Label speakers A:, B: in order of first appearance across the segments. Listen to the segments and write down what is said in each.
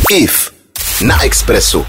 A: IF na Expressu.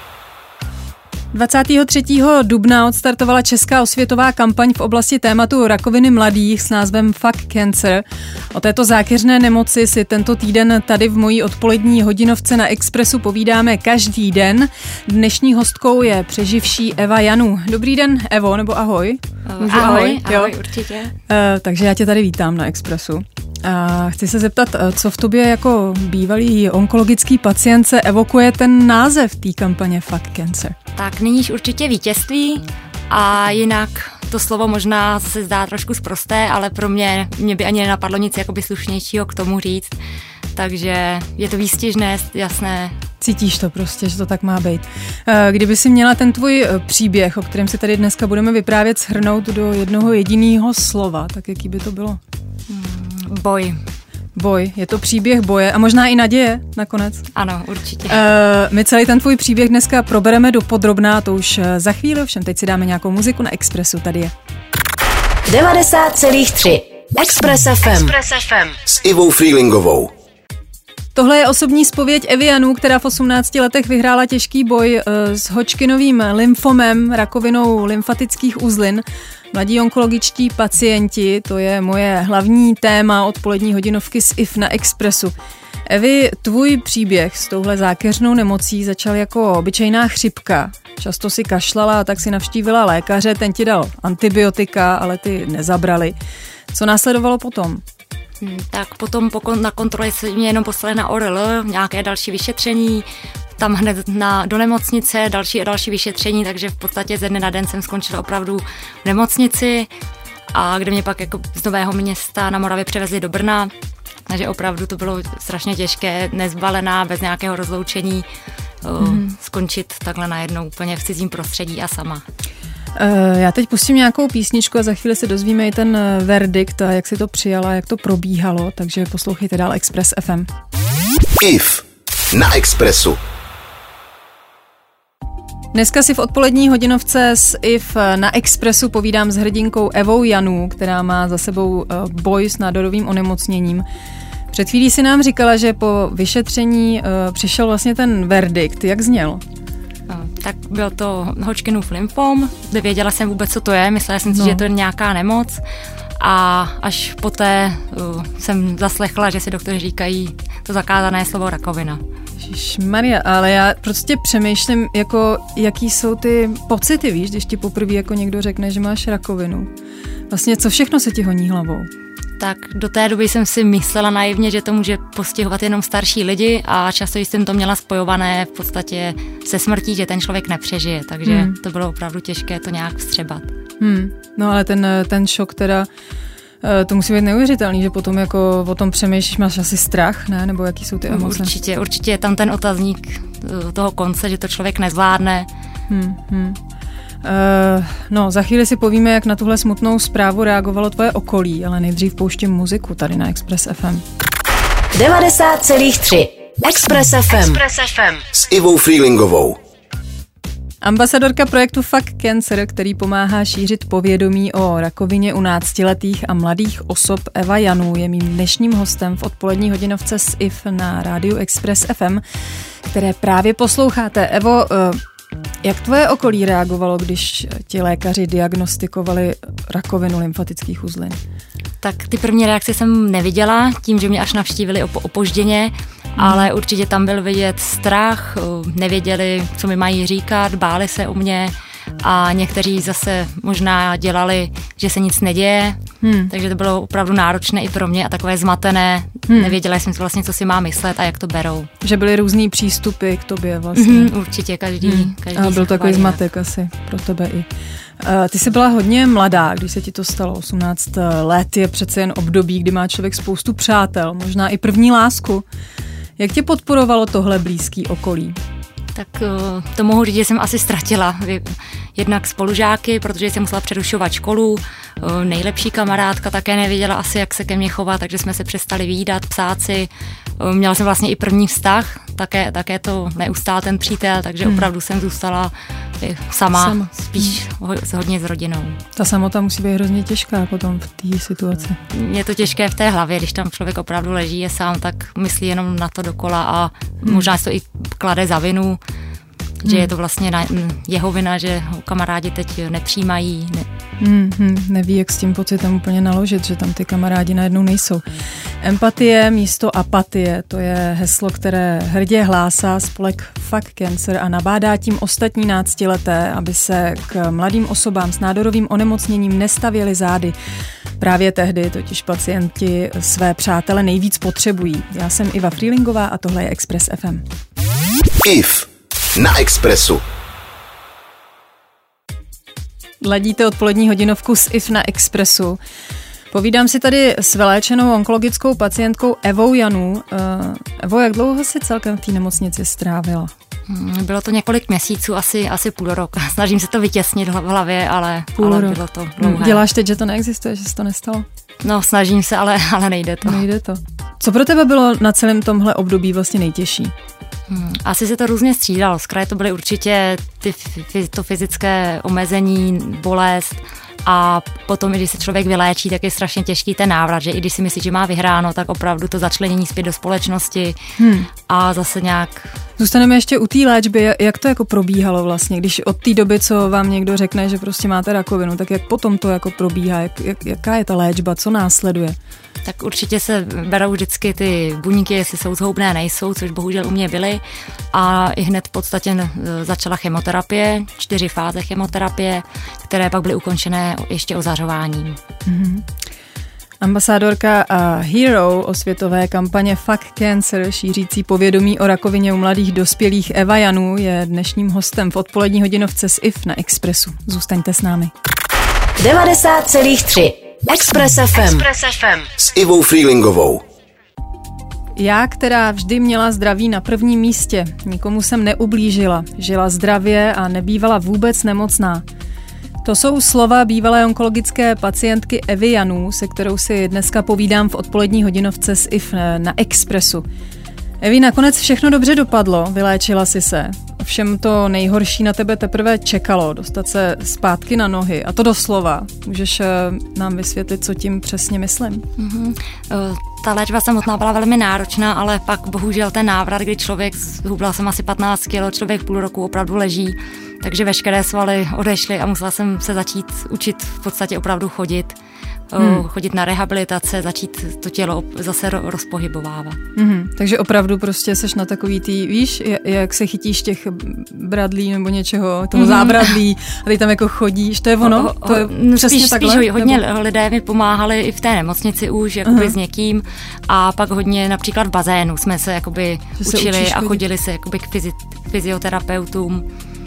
B: 23. dubna odstartovala česká osvětová kampaň v oblasti tématu rakoviny mladých s názvem Fuck Cancer. O této zákeřné nemoci si tento týden tady v mojí odpolední hodinovce na Expressu povídáme každý den. Dnešní hostkou je přeživší Eva Janů. Dobrý den, Evo, nebo ahoj.
C: Ahoj, určitě.
B: Takže já tě tady vítám na Expressu. A chci se zeptat, co v tobě jako bývalý onkologický pacientce evokuje ten název té kampaně Fuck Cancer?
C: Tak nyníž určitě vítězství a jinak to slovo možná se zdá trošku sprosté, ale pro mě by ani nenapadlo nic jakoby slušnějšího k tomu říct. Takže je to výstižné, jasné.
B: Cítíš to prostě, že to tak má být. Kdyby si měla ten tvůj příběh, o kterém si tady dneska budeme vyprávět, shrnout do jednoho jediného slova, tak jaký by to bylo?
C: Boj.
B: Boj. Je to příběh boje a možná i naděje nakonec.
C: Ano, určitě.
B: My celý ten tvůj příběh dneska probereme dopodrobná, to už za chvíli, ovšem teď si dáme nějakou muziku na Expressu, tady je.
D: 90,3 Express FM.
A: S Ivou Freelingovou.
B: Tohle je osobní zpověď Evy Janů, která v 18 letech vyhrála těžký boj s Hodgkinovým lymfomem, rakovinou lymfatických uzlin. Mladí onkologičtí pacienti, to je moje hlavní téma odpolední hodinovky s IF na Expressu. Evi, tvůj příběh s touhle zákeřnou nemocí začal jako obyčejná chřipka. Často si kašlala a tak si navštívila lékaře, ten ti dal antibiotika, ale ty nezabrali. Co následovalo potom?
C: Tak potom na kontrole se mě jenom poslali na ORL, nějaké další vyšetření, tam hned do nemocnice, další a další vyšetření, takže v podstatě ze dne na den jsem skončila opravdu v nemocnici a kde mě pak jako z Nového Města na Moravě převezli do Brna, takže opravdu to bylo strašně těžké, nezbalená, bez nějakého rozloučení, skončit takhle najednou úplně v cizím prostředí a sama.
B: Já teď pustím nějakou písničku a za chvíli se dozvíme i ten verdikt a jak si to přijala, jak to probíhalo, takže poslouchejte dál Express FM.
A: IF na Expressu.
B: Dneska si v odpolední hodinovce s IF na Expressu povídám s hrdinkou Evou Janů, která má za sebou boj s nádorovým onemocněním. Před chvílí si nám říkala, že po vyšetření přišel vlastně ten verdikt. Jak zněl?
C: Tak byl to Hodgkinův lymfom, nevěděla jsem vůbec, co to je, myslela jsem si, že to je nějaká nemoc a až poté jsem zaslechla, že si doktoři říkají to zakázané slovo rakovina.
B: Ježišmarja, ale já prostě přemýšlím, jako, jaký jsou ty pocity, víš, když ti poprvé jako někdo řekne, že máš rakovinu. Vlastně co všechno se ti honí hlavou?
C: Tak do té doby jsem si myslela naivně, že to může postihovat jenom starší lidi a často jsem to měla spojované v podstatě se smrtí, že ten člověk nepřežije, takže to bylo opravdu těžké to nějak vstřebat.
B: No ale ten šok teda, to musí být neuvěřitelný, že potom jako o tom přemýšlíš, máš asi strach, ne? Nebo jaký jsou ty emoce?
C: Určitě je tam ten otazník toho konce, že to člověk nezvládne.
B: No, za chvíli si povíme, jak na tuhle smutnou zprávu reagovalo tvoje okolí, ale nejdřív pouštím muziku tady na Express FM.
D: 90,3 Express FM.
A: S Ivou Freelingovou.
B: Ambasadorka projektu Fuck Cancer, který pomáhá šířit povědomí o rakovině u náctiletých a mladých osob, Eva Janů je mým dnešním hostem v odpolední hodinovce s IF na rádiu Express FM, které právě posloucháte. Evo, jak tvoje okolí reagovalo, když ti lékaři diagnostikovali rakovinu lymfatických uzlin?
C: Tak ty první reakce jsem neviděla, tím, že mě až navštívili opožděně, ale určitě tam byl vidět strach, nevěděli, co mi mají říkat, báli se o mě a někteří zase možná dělali, že se nic neděje, takže to bylo opravdu náročné i pro mě a takové zmatené. Nevěděla jsem vlastně, co si má myslet a jak to berou.
B: Že byly různý přístupy k tobě vlastně.
C: Určitě, každý
B: a byl takový zmatek asi pro tebe i. Ty jsi byla hodně mladá, když se ti to stalo. 18 let je přece jen období, kdy má člověk spoustu přátel, možná i první lásku. Jak tě podporovalo tohle blízký okolí?
C: Tak to mohu říct, že jsem asi ztratila jednak spolužáky, protože jsem musela přerušovat školu, nejlepší kamarádka také nevěděla asi, jak se ke mně chovat, takže jsme se přestali vídat, psát si. Měla jsem vlastně i první vztah, také to neustál ten přítel, takže opravdu jsem zůstala sama. Spíš hodně s rodinou.
B: Ta samota musí být hrozně těžká potom v té situaci.
C: Je to těžké v té hlavě, když tam člověk opravdu leží, je sám, tak myslí jenom na to dokola a možná si to i klade za vinu, že je to vlastně jeho vina, že ho kamarádi teď nepřijímají.
B: Neví, jak s tím pocitem úplně naložit, že tam ty kamarádi najednou nejsou. Empatie místo apatie, to je heslo, které hrdě hlásá spolek Fuck Cancer a nabádá tím ostatní náctileté, aby se k mladým osobám s nádorovým onemocněním nestavěli zády. Právě tehdy totiž pacienti své přátele nejvíc potřebují. Já jsem Iva Freelingová a tohle je Express FM.
A: IF na Expressu.
B: Ladíte odpolední hodinovku s IF na Expressu. Povídám si tady s vyléčenou onkologickou pacientkou Evou Janů. Evo, jak dlouho jsi celkem v té nemocnici strávila?
C: Bylo to několik měsíců, asi půl roku. Snažím se to vytěsnit v hlavě, ale bylo to dlouhé.
B: Děláš teď, že to neexistuje, že se to nestalo?
C: No, snažím se, ale nejde to.
B: Nejde to. Co pro tebe bylo na celém tomhle období vlastně nejtěžší?
C: Asi se to různě střídalo. Zkraje to byly určitě to fyzické omezení, bolest a potom, když se člověk vyléčí, tak je strašně těžký ten návrat, že i když si myslí, že má vyhráno, tak opravdu to začlenění zpět do společnosti a zase nějak...
B: Zůstaneme ještě u té léčby, jak to jako probíhalo vlastně, když od té doby, co vám někdo řekne, že prostě máte rakovinu, tak jak potom to jako probíhá, jaká je ta léčba, co následuje?
C: Tak určitě se berou vždycky ty buňky, jestli jsou zhoubné, nejsou, což bohužel u mě byly. A i hned v podstatě začala chemoterapie, 4 fáze chemoterapie, které pak byly ukončené ještě ozařováním.
B: Ambasádorka a hero osvětové kampaně Fuck Cancer, šířící povědomí o rakovině u mladých dospělých, Eva Janů, je dnešním hostem v odpolední hodinovce s IF na Expressu. Zůstaňte s námi.
D: 90,3 Express FM.
A: S Ivou Freelingovou.
B: Já, která vždy měla zdraví na prvním místě, nikomu jsem neublížila, žila zdravě a nebývala vůbec nemocná. To jsou slova bývalé onkologické pacientky Evy Janů, se kterou si dneska povídám v odpolední hodinovce s IF na Expressu. Evi, nakonec všechno dobře dopadlo, vyléčila si se. Ovšem to nejhorší na tebe teprve čekalo, dostat se zpátky na nohy. A to doslova. Můžeš nám vysvětlit, co tím přesně myslím?
C: Ta léčba samotná byla velmi náročná, ale pak bohužel ten návrat, kdy člověk, zhubla jsem asi 15 kg, člověk půl roku opravdu leží, takže veškeré svaly odešly a musela jsem se začít učit v podstatě opravdu chodit. Chodit na rehabilitace, začít to tělo zase rozpohybovávat.
B: Takže opravdu prostě seš na takový víš, jak se chytíš těch bradlí nebo něčeho, toho zábradlí a ty tam jako chodíš, to je ono? To je přesně takhle?
C: Spíš hodně lidé mi pomáhali i v té nemocnici už jakoby s někým a pak hodně například v bazénu jsme se jakoby učili a chodili se jakoby k fyzioterapeutům.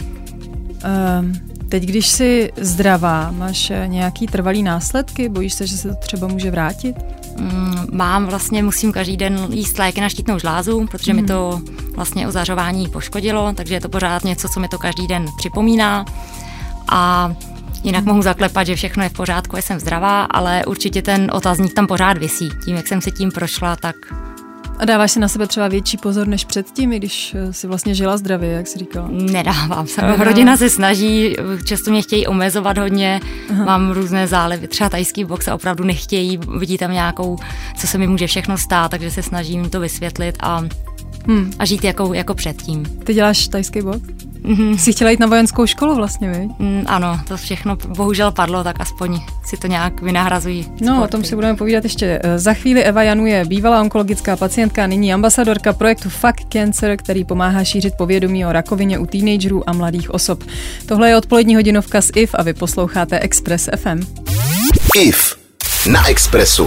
B: Teď, když jsi zdravá, máš nějaký trvalý následky? Bojíš se, že se to třeba může vrátit?
C: Mám, vlastně musím každý den jíst léky na štítnou žlázu, protože mi to vlastně ozařování poškodilo, takže je to pořád něco, co mi to každý den připomíná. A jinak mohu zaklepat, že všechno je v pořádku, jsem zdravá, ale určitě ten otazník tam pořád visí. Tím, jak jsem se tím prošla, tak...
B: A dáváš si na sebe třeba větší pozor než předtím, když jsi vlastně žila zdravě, jak jsi říkala?
C: Nedávám se. Rodina se snaží, často mě chtějí omezovat hodně, mám různé zálivy, třeba tajský box a opravdu nechtějí, vidí tam nějakou, co se mi může všechno stát, takže se snažím to vysvětlit a žít jako předtím.
B: Ty děláš tajský box? Jsi chtěla jít na vojenskou školu vlastně, viď?
C: Ano, to všechno bohužel padlo, tak aspoň si to nějak vynahrazují.
B: No, o tom si budeme povídat ještě za chvíli. Eva Janů je bývalá onkologická pacientka, nyní ambasadorka projektu Fuck Cancer, který pomáhá šířit povědomí o rakovině u teenagerů a mladých osob. Tohle je odpolední hodinovka s IF a vy posloucháte Express FM.
A: IF na Expressu.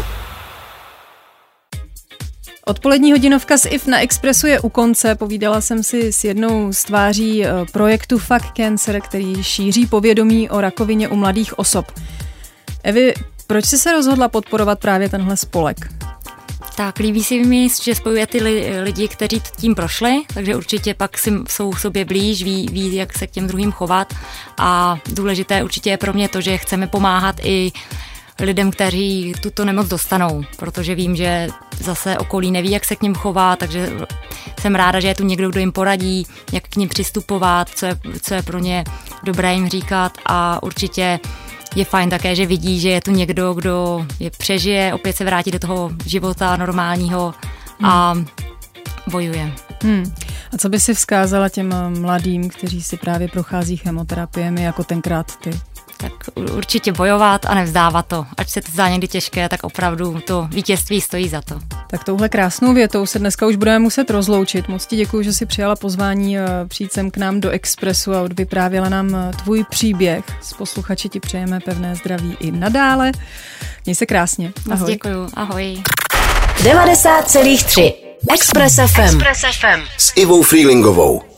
B: Odpolední hodinovka s IF na Expressu je u konce. Povídala jsem si s jednou z tváří projektu Fuck Cancer, který šíří povědomí o rakovině u mladých osob. Evi, proč jsi se rozhodla podporovat právě tenhle spolek?
C: Tak líbí si mi, že spojuje ty lidi, kteří tím prošli, takže určitě pak jsou sobě blíž, ví, jak se k těm druhým chovat a důležité určitě je pro mě to, že chceme pomáhat i lidem, kteří tuto nemoc dostanou, protože vím, že zase okolí neví, jak se k nim chovat, takže jsem ráda, že je tu někdo, kdo jim poradí, jak k nim přistupovat, co je pro ně dobré jim říkat a určitě je fajn také, že vidí, že je tu někdo, kdo je přežije, opět se vrátí do toho života normálního a bojuje.
B: A co by si vzkázala těm mladým, kteří si právě prochází chemoterapiemi jako tenkrát ty?
C: Tak určitě bojovat a nevzdávat to. Ať se to zdá někdy těžké, tak opravdu to vítězství stojí za to.
B: Tak touhle krásnou větou se dneska už budeme muset rozloučit. Moc ti děkuji, že jsi přijala pozvání přijít sem k nám do Expressu a odvyprávěla nám tvůj příběh. S posluchači ti přejeme pevné zdraví i nadále. Měj se krásně. Ahoj.
C: Moc děkuju. Ahoj.
D: 90,3 Express FM.
A: S Ivou Freelingovou.